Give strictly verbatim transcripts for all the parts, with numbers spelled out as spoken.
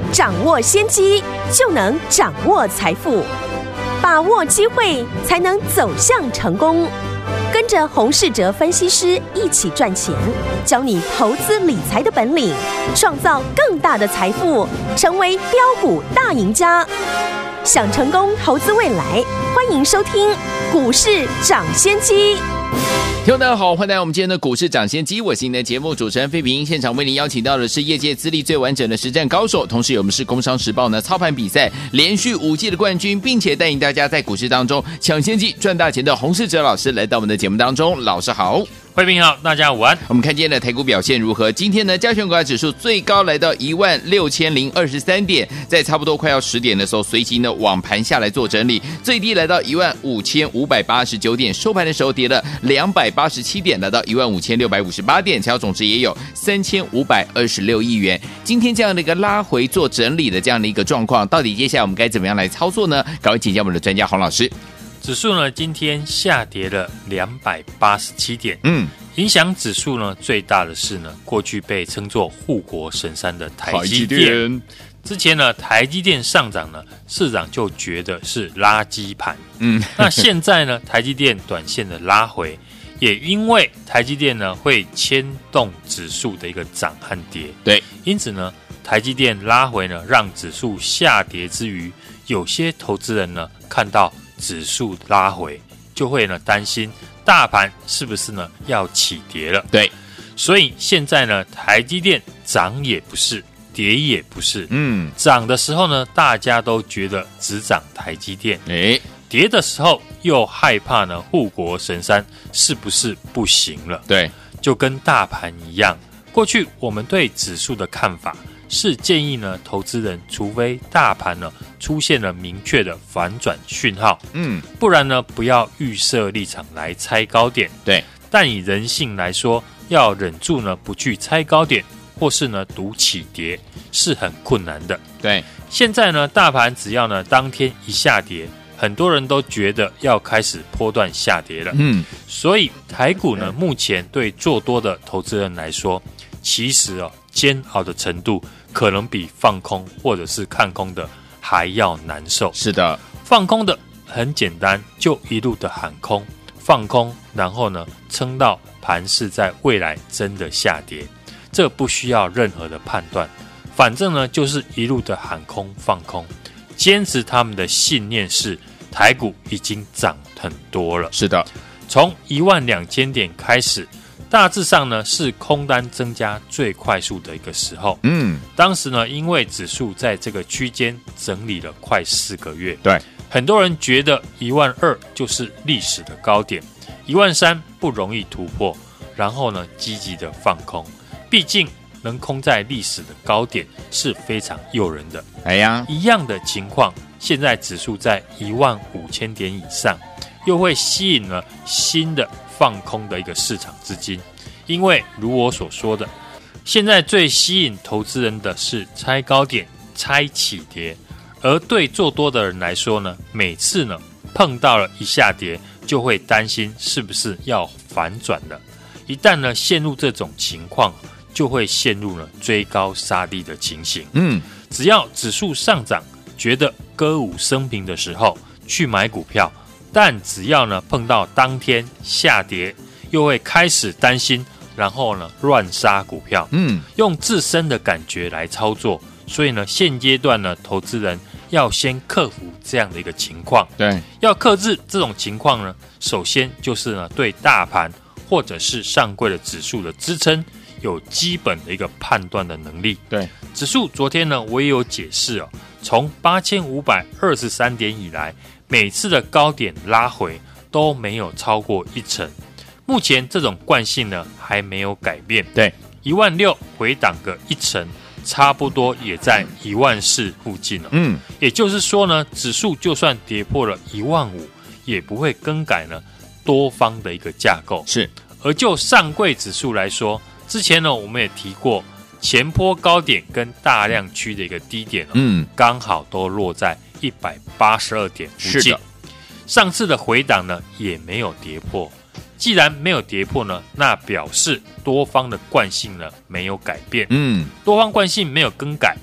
掌握先机，就能掌握财富。把握机会，才能走向成功。跟着洪士哲分析师一起赚钱，教你投资理财的本领，创造更大的财富，成为标股大赢家。想成功投资未来，欢迎收听股市涨先机。 听众大家好，欢迎来到我们今天的股市涨先机，我是您的节目主持人费平。现场为您邀请到的是业界资历最完整的实战高手，同时我们是工商时报呢操盘比赛连续五季的冠军，并且带领大家在股市当中抢先机赚大钱的洪士哲老师来到我们的节目当中。老师好。 慧平好，大家午安。 我们看今天的台股表现如何？今天呢，加权股价指数最高来到一万六千零二十三点，在差不多快要十点的时候，随即呢往盘下来做整理，最低来到一万五千五百八十九点，收盘的时候跌了两百八十七点，来到一万五千六百五十八点，成交总值也有三千五百二十六亿元。今天这样的一个拉回做整理的这样的一个状况，到底接下来我们该怎么样来操作呢？赶快请教我们的专家洪老师。 指数呢今天下跌了两百八十七点，嗯，影响指数呢最大的是呢，过去被称作护国神山的台积电。台积电之前呢，台积电上涨呢，市场就觉得是垃圾盘，嗯，那现在呢，台积电短线的拉回，也因为台积电呢会牵动指数的一个涨和跌， 对， 因此呢，台积电拉回呢，让指数下跌之余，有些投资人呢看到指数拉回，就会呢担心大盘是不是呢要起跌了？对，所以现在呢，台积电涨也不是，跌也不是，嗯，涨的时候呢，大家都觉得只涨台积电，哎，跌的时候又害怕呢，护国神山是不是不行了？对，就跟大盘一样，过去我们对指数的看法是建议呢，投资人除非大盘呢出现了明确的反转讯号，嗯，不然呢不要预设立场来猜高点。对，但以人性来说，要忍住呢不去猜高点，或是呢赌起跌是很困难的。对，现在呢大盘只要呢当天一下跌，很多人都觉得要开始波段下跌了。嗯，所以台股呢目前对做多的投资人来说，其实哦煎熬的程度可能比放空或者是看空的还要难受。是的，放空的很简单，就一路的喊空放空，然后呢撑到盘势在未来真的下跌，这不需要任何的判断，反正呢就是一路的喊空放空，坚持他们的信念是台股已经涨很多了。是的，从一万两千点开始，大致上呢是空单增加最快速的一个时候。嗯，当时呢，因为指数在这个区间整理了快四个月，对，很多人觉得一万二就是历史的高点，一万三不容易突破，然后呢，积极的放空，毕竟能空在历史的高点是非常诱人的。哎呀，一样的情况，现在指数在一万五千点以上，又会吸引了新的放空的一个市场资金，因为如我所说的，现在最吸引投资人的是猜高点、猜起跌，而对做多的人来说呢，每次呢碰到了一下跌，就会担心是不是要反转了。一旦呢陷入这种情况，就会陷入了追高杀低的情形。嗯，只要指数上涨，觉得歌舞升平的时候去买股票。但只要呢碰到当天下跌，又会开始担心，然后呢乱杀股票，嗯，用自身的感觉来操作，所以呢现阶段呢投资人要先克服这样的一个情况。对，要克制这种情况呢，首先就是呢对大盘或者是上柜的指数的支撑有基本的一个判断的能力。对，指数昨天呢我也有解释哦，从八千五百二十三点以来，每次的高点拉回都没有超过一成，目前这种惯性呢还没有改变。对，一万六回档个一成，差不多也在一万四附近了。嗯，也就是说呢，指数就算跌破了一万五，也不会更改呢多方的一个架构。是，而就上柜指数来说，之前呢我们也提过，前波高点跟大量区的一个低点，嗯，刚好都落在一百八十二点附近。是的，上次的回档呢也没有跌破，既然没有跌破呢，那表示多方的惯性呢没有改变。嗯，多方惯性没有更改，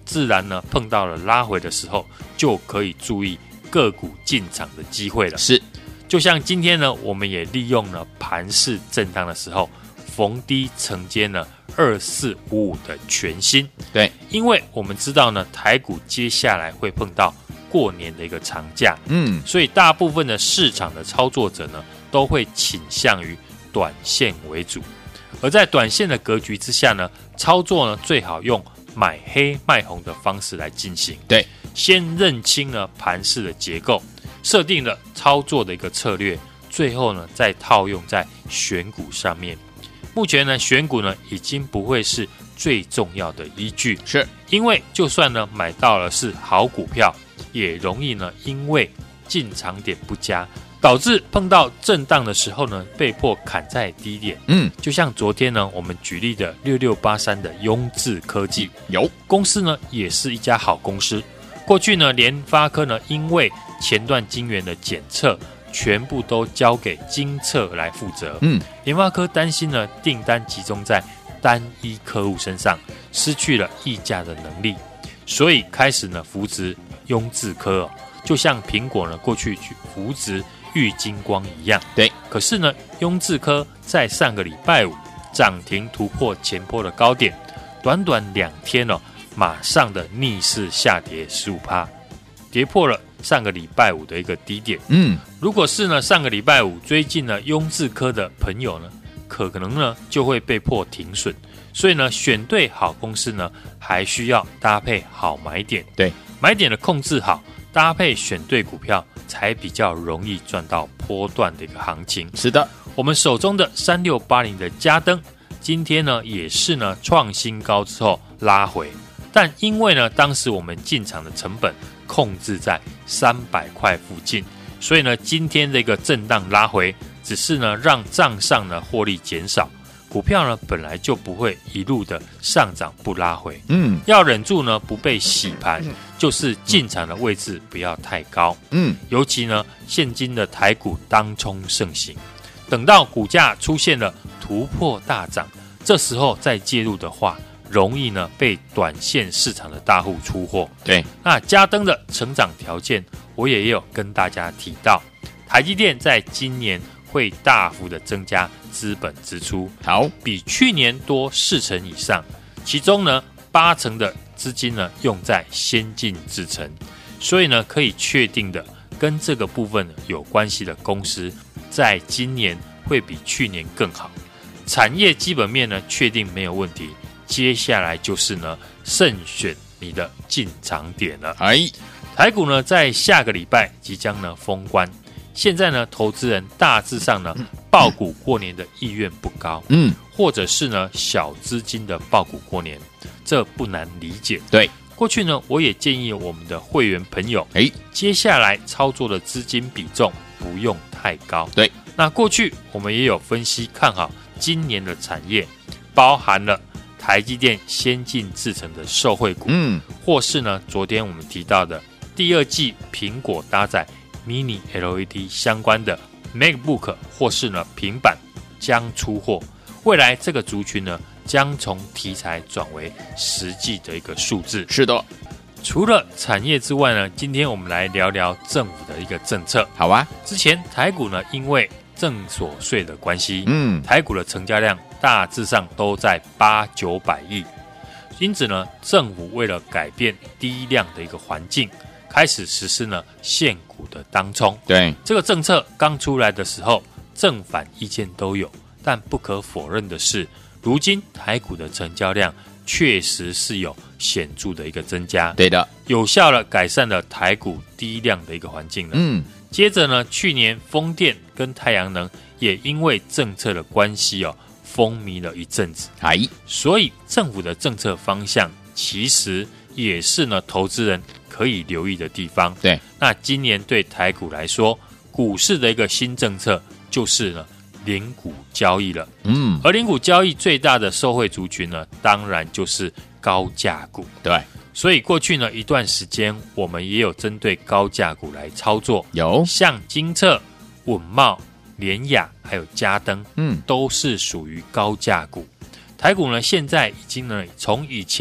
自然呢碰到了拉回的时候，就可以注意个股进场的机会了。 是， 就像今天呢，我们也利用了盘势震荡的时候，逢低承接呢二四五五的全新。 对， 因为我们知道呢，台股接下来会碰到过年的一个长假， 嗯， 所以大部分的市场的操作者呢，都会倾向于短线为主。而在短线的格局之下呢，操作呢最好用买黑卖红的方式来进行。 对， 先认清了盘势的结构，设定了操作的一个策略，最后呢再套用在选股上面。目前呢，选股呢已经不会是最重要的依据， 是因为就算呢买到了是好股票，也容易呢因为进场点不佳，导致碰到震荡的时候呢被迫砍在低点。 嗯， 就像昨天呢我们举例的六六八三的雍智科技， 有公司呢也是一家好公司。过去呢联发科呢因为前段晶圆的检测全部都交给精测来负责， 嗯， 联发科担心呢订单集中在单一客户身上，失去了议价的能力，所以开始呢扶植雍智科哦，就像苹果呢过去去扶植玉晶光一样。 对， 可是呢雍智科在上个礼拜五涨停突破前波的高点，短短两天哦，马上的逆势下跌 百分之十五， 跌破了上个礼拜五的一个低点。 嗯， 如果是呢上个礼拜五追进了雍智科的朋友呢，可能呢就会被迫停损。所以呢选对好公司呢，还需要搭配好买点。 对， 买点的控制好，搭配选对股票，才比较容易赚到波段的一个行情。 是的， 我们手中的三六八零的嘉登，今天呢也是呢创新高之后拉回，但因为呢当时我们进场的成本控制在三百块附近，所以呢今天这个震荡拉回，只是呢让账上呢获利减少，股票呢本来就不会一路的上涨不拉回。 嗯， 要忍住呢不被洗盘，就是进场的位置不要太高。 嗯， 尤其呢现今的台股当冲盛行，等到股价出现了突破大涨，这时候再介入的话，容易呢被短线市场的大户出货。 对， 那嘉登的成长条件，我也有跟大家提到，台积电在今年会大幅的增加资本支出， 好， 比去年多四成以上，其中呢八成的资金呢用在先进制程，所以呢可以确定的跟这个部分有关系的公司，在今年会比去年更好。产业基本面呢确定没有问题，接下来就是呢慎选你的进场点了。 哎， 台股呢在下个礼拜即将呢封关，现在呢投资人大致上呢抱股过年的意愿不高， 嗯， 或者是呢小资金的抱股过年，这不难理解。 对， 过去呢我也建议我们的会员朋友， 哎， 接下来操作的资金比重不用太高。 对， 那过去我们也有分析看好今年的产业，包含了台积电先进制程的受惠股， 嗯， 或是呢昨天我们提到的第二季苹果搭载 Mini L E D 相关的 MacBook 或是呢平板将出货，未来这个族群呢将从题材转为实际的一个数字。 是的， 除了产业之外呢，今天我们来聊聊政府的一个政策。 好啊， 之前台股呢因为证所税的关系， 嗯， 台股的成交量大致上都在八九百亿，因此呢，政府为了改变低量的一个环境，开始实施呢现股的当冲。 对， 这个政策刚出来的时候，正反意见都有，但不可否认的是，如今台股的成交量确实是有显著的一个增加， 对的， 有效的改善了台股低量的一个环境了。 嗯， 接着呢，去年风电跟太阳能也因为政策的关系哦，风靡了一阵子。 哎， 所以政府的政策方向其实也是呢投资人可以留意的地方。 对， 那今年对台股来说，股市的一个新政策就是呢零股交易了。 嗯， 而零股交易最大的受惠族群呢，当然就是高价股。 对， 所以过去呢一段时间，我们也有针对高价股来操作， 有， 像精测、稳懋、联亚还有嘉登， 嗯， 都是属于高价股。台股呢现在已经呢从以前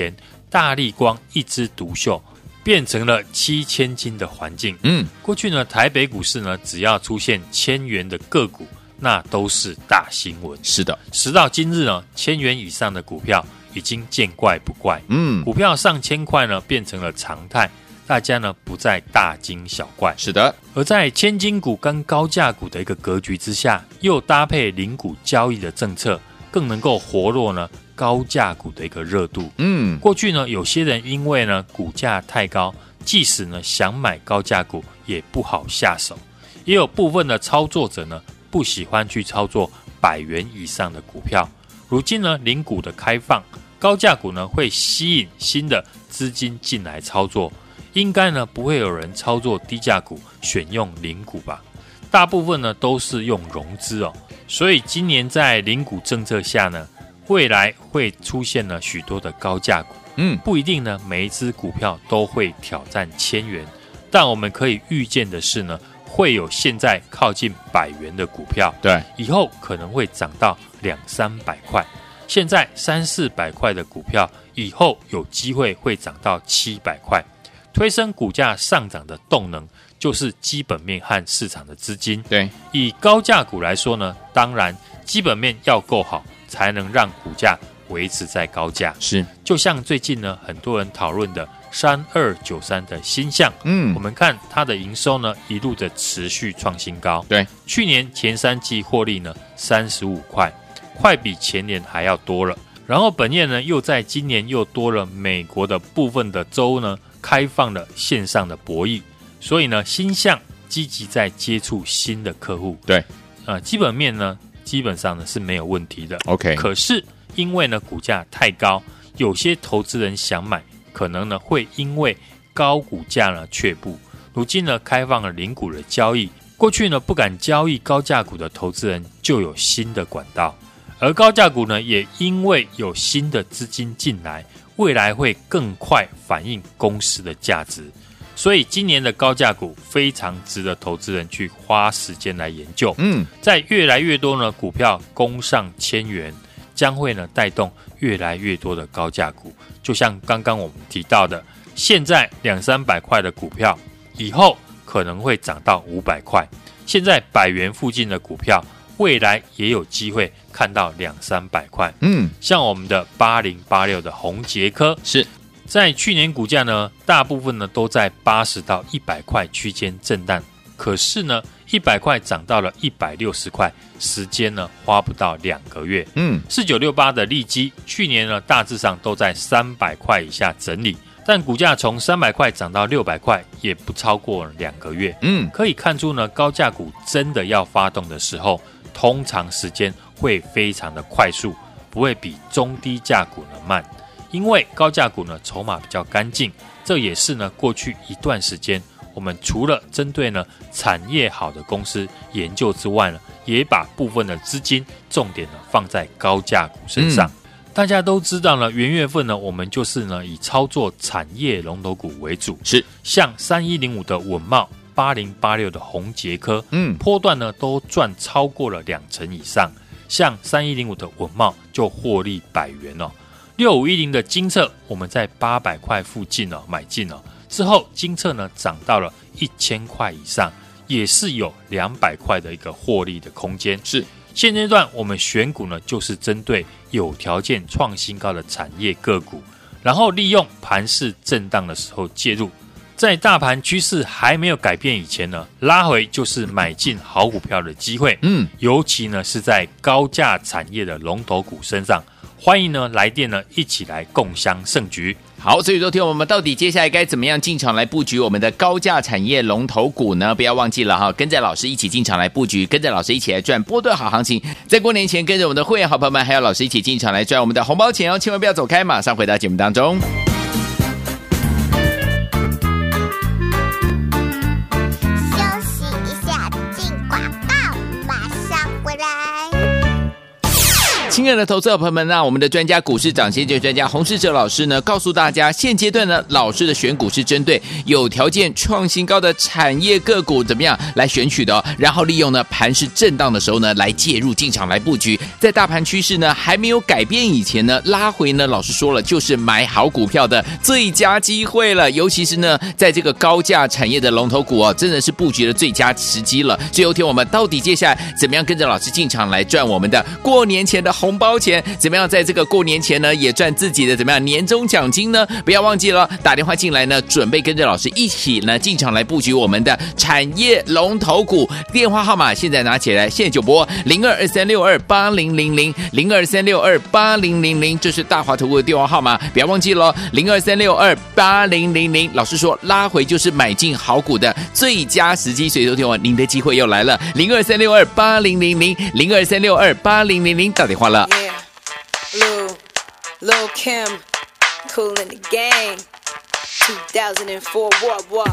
大立光一枝独秀，变成了七千金的环境。 嗯， 过去呢，台北股市呢，只要出现千元的个股，那都是大新闻。 是的， 时到今日呢，千元以上的股票已经见怪不怪。 嗯， 股票上千块呢，变成了常态，大家呢不再大惊小怪。 是的， 而在千金股跟高价股的一个格局之下，又搭配零股交易的政策，更能够活络呢高价股的一个热度。 嗯， 过去呢，有些人因为呢股价太高，即使呢想买高价股也不好下手，也有部分的操作者呢不喜欢去操作百元以上的股票。如今呢，零股的开放，高价股呢会吸引新的资金进来操作，应该呢不会有人操作低价股选用零股吧？大部分呢都是用融资哦。所以今年在零股政策下呢，未来会出现了许多的高价股。 嗯， 不一定呢每一只股票都会挑战千元，但我们可以预见的是呢，会有现在靠近百元的股票， 对， 以后可能会涨到两三百块。现在三四百块的股票，以后有机会会涨到七百块。推升股价上涨的动能，就是基本面和市场的资金。 对， 以高价股来说呢，当然基本面要够好，才能让股价维持在高价。 是， 就像最近呢，很多人讨论的三二九三的鑫象， 嗯， 我们看它的营收呢，一路的持续创新高。 对， 去年前三季获利呢三十五块，快比前年还要多了。然后本业呢，又在今年又多了美国的部分的州呢，开放了线上的博弈，所以呢，鑫象积极在接触新的客户。 对， 呃，基本面呢，基本上呢是没有问题的。 OK， 可是因为呢股价太高，有些投资人想买，可能呢会因为高股价呢却步。如今呢开放了零股的交易，过去呢不敢交易高价股的投资人就有新的管道，而高价股呢也因为有新的资金进来，未来会更快反映公司的价值。所以今年的高价股非常值得投资人去花时间来研究。 嗯， 在越来越多呢股票攻上千元，将会呢带动越来越多的高价股。就像刚刚我们提到的，现在两三百块的股票，以后可能会涨到五百块。现在百元附近的股票，未来也有机会看到两三百块。 嗯， 像我们的八零八六的宏捷科， 是在去年股价呢，大部分呢都在八十到一百块区间震荡，可是呢，一百块涨到了一百六十块，时间呢花不到两个月。 嗯， 四九六八的利基，去年呢大致上都在三百块以下整理，但股价从三百块涨到六百块，也不超过两个月。 嗯， 可以看出呢，高价股真的要发动的时候，通常时间会非常的快速，不会比中低价股呢慢。因为高价股呢筹码比较干净，这也是呢过去一段时间我们除了针对呢产业好的公司研究之外呢，也把部分的资金重点呢放在高价股身上。嗯，大家都知道呢，元月份呢我们就是呢以操作产业龙头股为主， 是像三一零五的稳懋、八零八六的宏捷科， 嗯， 波段呢都赚超过了两成以上，像三一零五的稳懋就获利百元哦。六五一零的精测，我们在八百块附近哦买进哦，之后精测呢涨到了一千块以上，也是有两百块的一个获利的空间。 是现阶段我们选股呢，就是针对有条件创新高的产业个股，然后利用盘势震荡的时候介入，在大盘趋势还没有改变以前呢，拉回就是买进好股票的机会。 嗯， 尤其呢是在高价产业的龙头股身上。欢迎呢来电呢一起来共襄盛举。 好，所以昨天我们到底接下来该怎么样进场来布局我们的高价产业龙头股呢？不要忘记了哈，跟着老师一起进场来布局，跟着老师一起来赚波段好行情。在过年前跟着我们的会员好朋友们还有老师一起进场来赚我们的红包钱哦，千万不要走开，马上回到节目当中。 亲爱的投资者朋友们，那我们的专家股市涨先见专家洪士哲老师呢，告诉大家，现阶段呢，老师的选股是针对有条件创新高的产业个股怎么样来选取的、哦，然后利用呢盘势震荡的时候呢，来介入进场来布局，在大盘趋势呢还没有改变以前呢，拉回呢，老师说了，就是买好股票的最佳机会了，尤其是呢，在这个高价产业的龙头股哦，真的是布局的最佳时机了。所以有天我们到底接下来怎么样跟着老师进场来赚我们的过年前的红包钱？怎么样在这个过年前呢，也赚自己的怎么样年终奖金呢？不要忘记了打电话进来呢，准备跟着老师一起呢进场来布局我们的产业龙头股。电话号码现在拿起来，现在就拨零二二三六二八零零零零二三六二八零零零，这是大华投顾的电话号码，不要忘记了零二三六二八零零零。老师说拉回就是买进好股的最佳时机，所以昨天晚您的机会又来了，零二三六二八零零零零二三六二八零零零，打电话了。 Yeah, Lil, Lil Kim, cool in the game. two thousand four, what, what?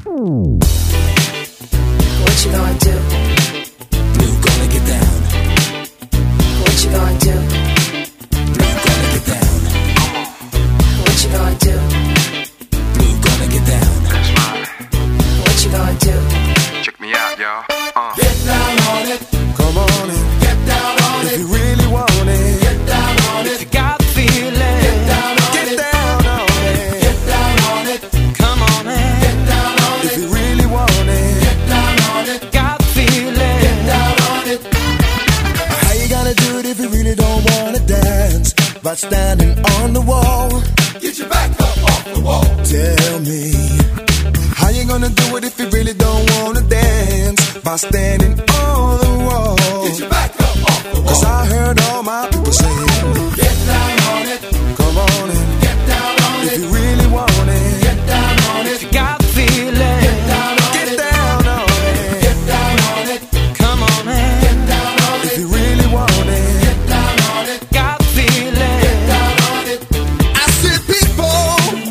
What you gonna do? Blue gonna get down. What you gonna do? Blue gonna get down. What you gonna do? Blue gonna get down. What you gonna do? Check me out, y'all. Uh. Get down on it. Come on and get down on it. If you really want it, get down on it. If you got the feeling, get down on it. Get down on it. Get down on it. Come on and get down on it. If you really want it, get down on it. Got the feeling, get down on it. How you gonna do it if you really don't wanna dance? By standing on the wall. Get your back up off the wall. Tell me, how you gonna do it if you really don't wanna dance? By standing on the wall. Get your back up off the wall. Cause I heard all my people saying, get down on it. Come on and get down on it. If you really want it, get down on it. If you got the feeling, get down on it. Get down on it. Get down on it. Come on and get down on it. If you really want it, get down on it. Got the feeling, get down on it. I said people,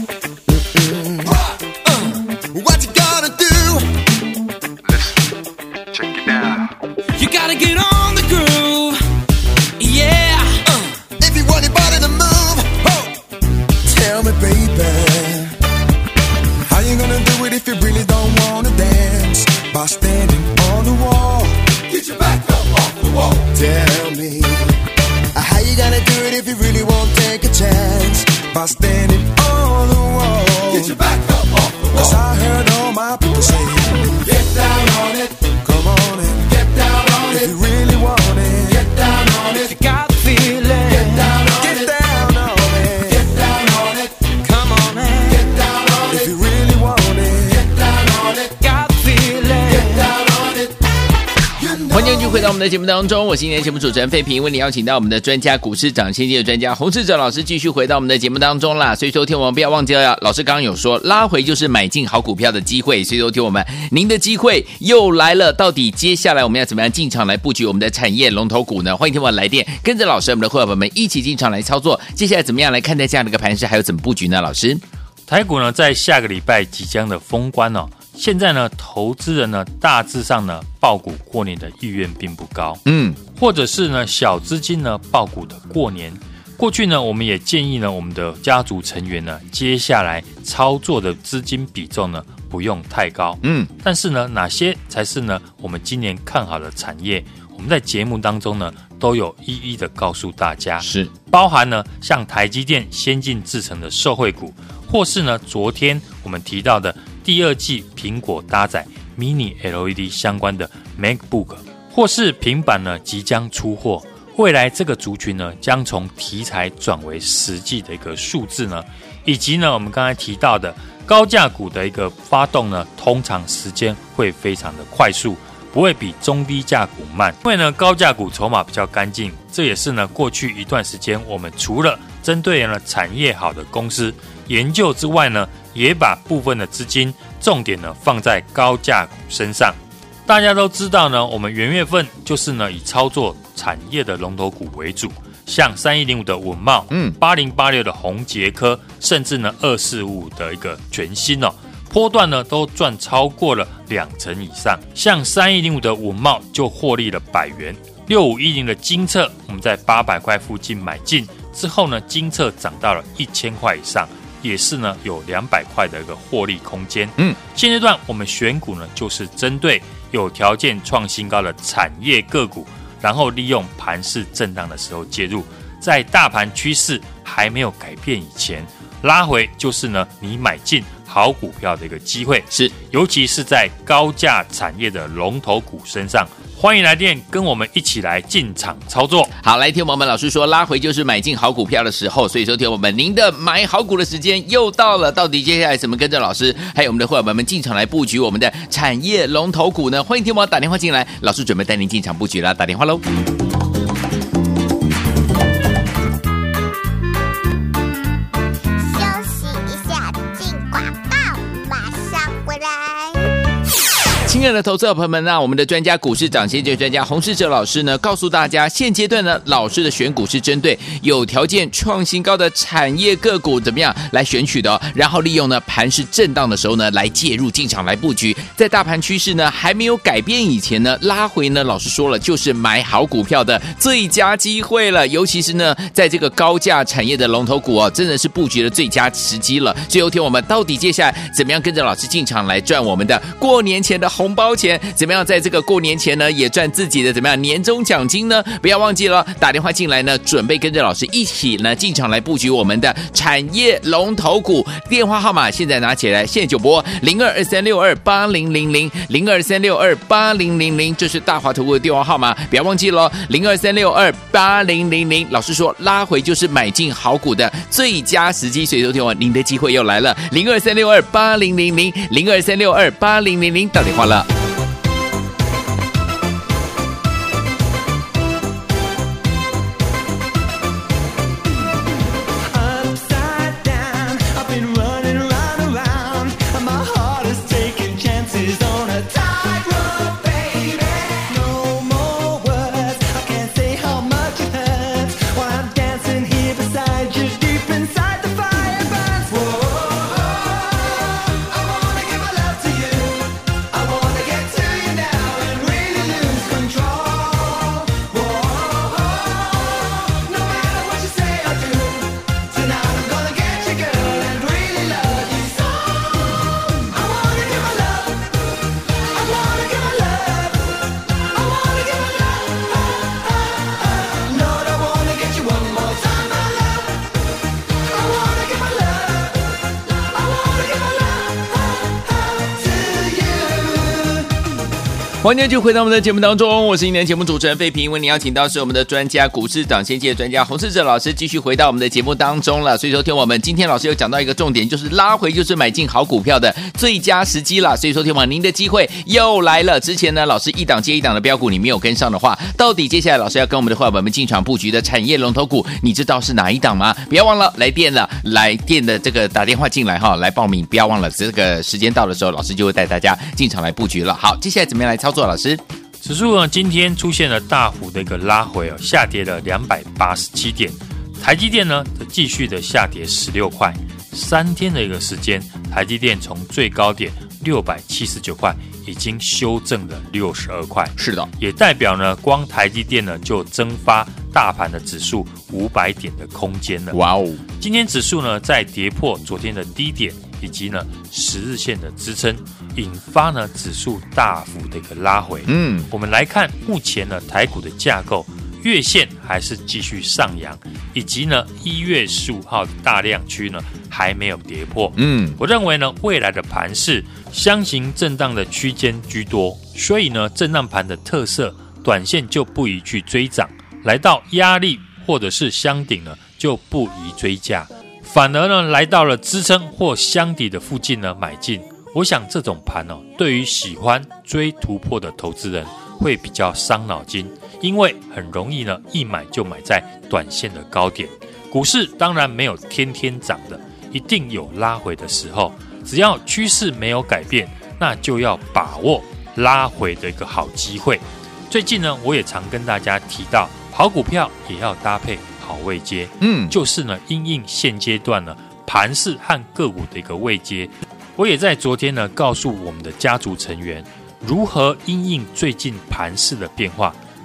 uh, what you gonna do? Listen, check it out. You gotta get on the groove, yeah. Uh, if you want your body to move, oh, tell me, baby, how you gonna do it if you really don't wanna dance? By standing on the wall. Get your back up off the wall. Tell me, how you gonna do it if you really won't take a chance? By standing on the wall. Get your back up off the wall. Cause I heard all my people say, get down on it. Come on and get down on it. If you really want it, get down on it. If you got the feeling, get down on it. Get down on it. Get down on it. Come on and get down on it. If you really want it, get down on it. Got the feeling, get down on it. 欢迎继续回到我们的节目当中，我是今天的节目主持人费平，为你邀请到我们的专家股市涨先机的专家洪士哲老师继续回到我们的节目当中啦。所以说听我们不要忘记了，老师刚刚有说拉回就是买进好股票的机会，所以说听我们您的机会又来了，到底接下来我们要怎么样进场来布局我们的产业龙头股呢？欢迎听我来电，跟着老师我们的伙伴们一起进场来操作。接下来怎么样来看待这样的一个盘势，还有怎么布局呢？老师， 台股呢在下个礼拜即将的封关哦。现在呢，投资人呢大致上呢抱股过年的意愿并不高， 嗯， 或者是呢小资金呢抱股的过年。过去呢，我们也建议呢我们的家族成员呢，接下来操作的资金比重呢不用太高， 嗯， 但是呢，哪些才是呢我们今年看好的产业？我们在节目当中呢都有一一的告诉大家， 是包含呢像台积电先进制程的受惠股，或是呢昨天我们提到的第二季苹果搭载 Mini L E D 相关的 MacBook， 或是平板呢即将出货，未来这个族群呢将从题材转为实际的一个数字呢，以及呢我们刚才提到的高价股的一个发动呢，通常时间会非常的快速，不会比中低价股慢，因为呢高价股筹码比较干净，这也是呢过去一段时间我们除了针对呢产业好的公司研究之外呢，也把部分的资金重点呢放在高价股身上。大家都知道呢，我们元月份就是呢以操作产业的龙头股为主，像三一零五的稳懋，嗯，八零八六的宏捷科，甚至呢二四五五的一个全新哦，波段呢都赚超过了两成以上。像三一零五的稳懋就获利了百元， 六五一零的精测，我们在八百块附近买进之后呢，精测涨到了一千块以上，也是呢有两百块的一个获利空间。嗯，现阶段我们选股呢，就是针对有条件创新高的产业个股，然后利用盘势震荡的时候介入，在大盘趋势还没有改变以前，拉回就是呢你买进好股票的一个机会， 是， 尤其是在高价产业的龙头股身上。欢迎来电，跟我们一起来进场操作。 好，来听我们老师说，拉回就是买进好股票的时候，所以说听我们您的买好股的时间又到了。到底接下来怎么跟着老师还有我们的伙伴们进场来布局我们的产业龙头股呢？欢迎听我们打电话进来，老师准备带您进场布局了，打电话喽。亲爱的投资者朋友们，那我们的专家股市涨先见专家洪士哲老师呢，告诉大家，现阶段呢，老师的选股是针对有条件创新高的产业个股怎么样来选取的、哦，然后利用呢盘势震荡的时候呢，来介入进场来布局，在大盘趋势呢还没有改变以前呢，拉回呢，老师说了就是买好股票的最佳机会了，尤其是呢，在这个高价产业的龙头股哦，真的是布局的最佳时机了。所以有天我们到底接下来怎么样跟着老师进场来赚我们的过年前的红包钱，怎么样在这个过年前呢也赚自己的怎么样年终奖金呢？不要忘记了打电话进来呢，准备跟着老师一起呢进场来布局我们的产业龙头股。电话号码现在拿起来，现在就拨零二二三六二八零零零零二三六二八零零零，这是大华投顾的电话号码，不要忘记了零二三六二八零零零。老师说拉回就是买进好股的最佳时机，所以说听完您的机会又来了，零二三六二八零零零零二三六二八零零零，打电话了。欢迎继续回到我们的节目当中，我是今天节目主持人费平，为您邀请到是我们的专家股市涨先见专家洪士哲老师，继续回到我们的节目当中了。所以说听我们今天老师有讲到一个重点，就是拉回就是买进好股票的最佳时机了。所以说听我们您的机会又来了。之前呢老师一档接一档的标股你没有跟上的话，到底接下来老师要跟我们的伙伴们进场布局的产业龙头股，你知道是哪一档吗？不要忘了来电了，来电的这个打电话进来哈，来报名，不要忘了这个时间到的时候，老师就会带大家进场来布局了。好，接下来怎么样来操作？老师， 指数呢今天出现了大幅的一个拉回哦，下跌了两百八十七点。台积电呢继续的下跌十六块，三天的一个时间，台积电从最高点六百七十九块已经修正了六十二块， 是的， 也代表呢光台积电呢就蒸发大盘的指数五百点的空间了。 哇哦！ 今天指数呢在跌破昨天的低点以及呢十日线的支撑，引发呢指数大幅的一个拉回。嗯，我们来看目前呢台股的架构，月线还是继续上扬，以及呢一月十五号的大量区呢还没有跌破。嗯，我认为呢未来的盘势箱型震荡的区间居多，所以呢震荡盘的特色，短线就不宜去追涨，来到压力或者是箱顶呢就不宜追价，反而呢来到了支撑或箱底的附近呢买进。我想这种盘哦，对于喜欢追突破的投资人会比较伤脑筋，因为很容易呢一买就买在短线的高点。股市当然没有天天涨的，一定有拉回的时候，只要趋势没有改变，那就要把握拉回的一个好机会。最近呢我也常跟大家提到，好股票也要搭配好位阶，嗯，就是呢因应现阶段呢盘势和个股的一个位阶。我也在昨天呢告诉我们的家族成员，如何因应最近盘势的变化，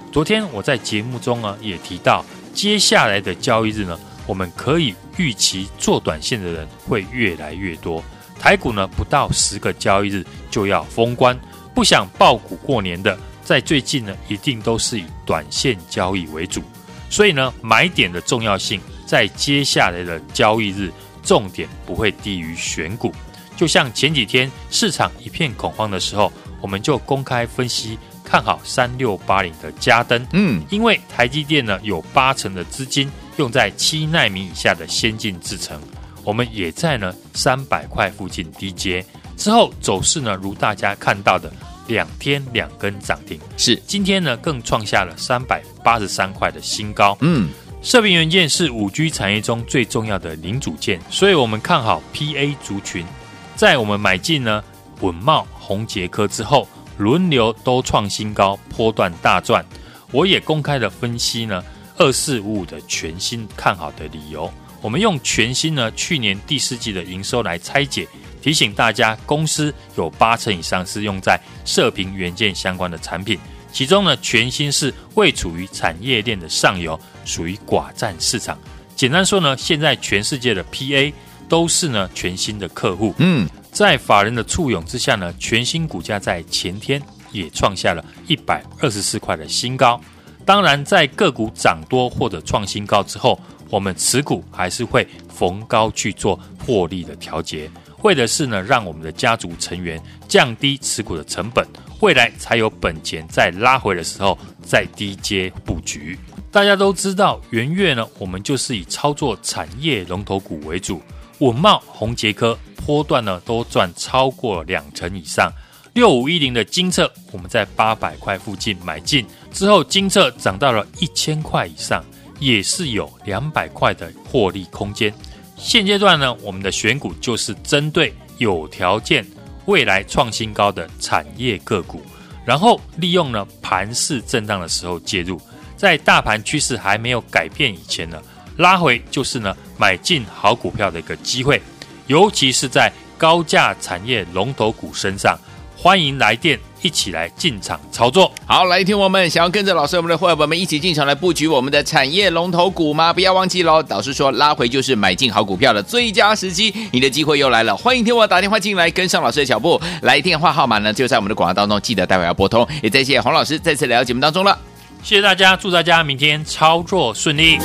昨天我在节目中呢也提到，接下来的交易日呢，我们可以预期做短线的人会越来越多。台股呢不到十个交易日就要封关，不想抱股过年的，在最近呢一定都是以短线交易为主。所以呢，买点的重要性在接下来的交易日，重点不会低于选股。就像前几天市场一片恐慌的时候，我们就公开分析看好三六八零的嘉登，嗯，因为台积电呢有八成的资金用在七奈米以下的先进制程，我们也在呢三百块附近低接，之后走势呢如大家看到的，两天两根涨停， 是今天呢更创下了三百八十三块的新高， 嗯。 射频元件是 五 G 产业中最重要的零组件，所以我们看好 P A 族群。在我们买进呢稳懋、宏捷科之后，轮流都创新高，波段大赚。我也公开的分析呢二四五五的全新看好的理由。我们用全新呢去年第四季的营收来拆解，提醒大家公司有八成以上是用在射频元件相关的产品。其中呢，全新是位处于产业链的上游，属于寡占市场。简单说呢，现在全世界的 P A 都是呢全新的客户。嗯，在法人的簇拥之下呢，全新股价在前天也创下了一百二十四块的新高。当然，在个股涨多或者创新高之后，我们持股还是会逢高去做获利的调节，为的是呢，让我们的家族成员降低持股的成本。未来才有本钱在拉回的时候再低阶布局。大家都知道，元月呢，我们就是以操作产业龙头股为主，稳懋、宏捷科波段呢都赚超过两成以上。六五一零的精测，我们在八百块附近买进之后，精测涨到了一千块以上，也是有两百块的获利空间。现阶段呢，我们的选股就是针对有条件未来创新高的产业个股，然后利用呢盘势震荡的时候介入，在大盘趋势还没有改变以前呢，拉回就是呢买进好股票的一个机会，尤其是在高价产业龙头股身上，欢迎来电一起来进场操作。 好，来听我们想要跟着老师我们的伙伴们一起进场来布局我们的产业龙头股吗？不要忘记咯，导师说拉回就是买进好股票的最佳时机，你的机会又来了，欢迎听我打电话进来跟上老师的脚步。来电话号码呢就在我们的广告当中，记得待会要拨通。也再谢谢黄老师再次来到节目当中了， 谢谢大家，祝大家明天操作顺利。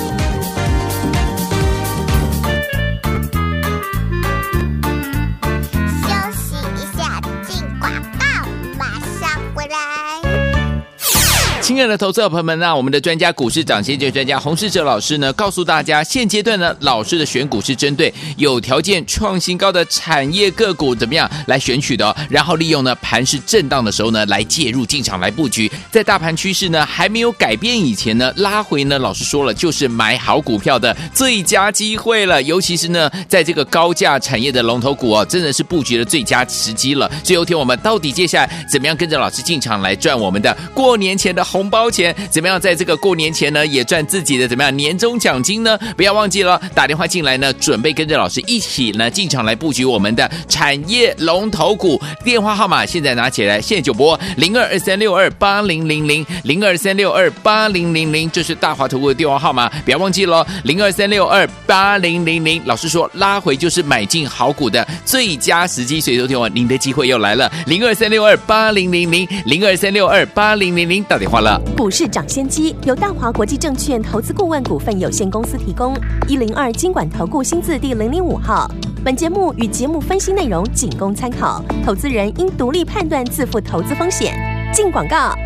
亲爱的投资者朋友们，那我们的专家股市涨先见专家洪士哲老师呢，告诉大家，现阶段呢，老师的选股是针对有条件创新高的产业个股怎么样来选取的、哦，然后利用呢盘势震荡的时候呢，来介入进场来布局，在大盘趋势呢还没有改变以前呢，拉回呢，老师说了，就是买好股票的最佳机会了，尤其是呢，在这个高价产业的龙头股哦，真的是布局的最佳时机了。所以有天我们到底接下来怎么样跟着老师进场来赚我们的过年前的红包钱，怎么样在这个过年前呢也赚自己的怎么样年终奖金呢？不要忘记了打电话进来呢，准备跟着老师一起呢进场来布局我们的产业龙头股。电话号码现在拿起来，现在就拨零二二三六二八零零零零二三六二八零零零，这是大华投顾的电话号码，不要忘记了零二三六二八零零零。老师说拉回就是买进好股的最佳时机，所以昨天晚您的机会又来了，零二三六二八零零零零二三六二八零零零，打电话了。 股市涨先机由大华国际证券投资顾问股份有限公司提供，一零二金管投顾新字第零零五号。本节目与节目分析内容仅供参考，投资人应独立判断，自负投资风险。进广告。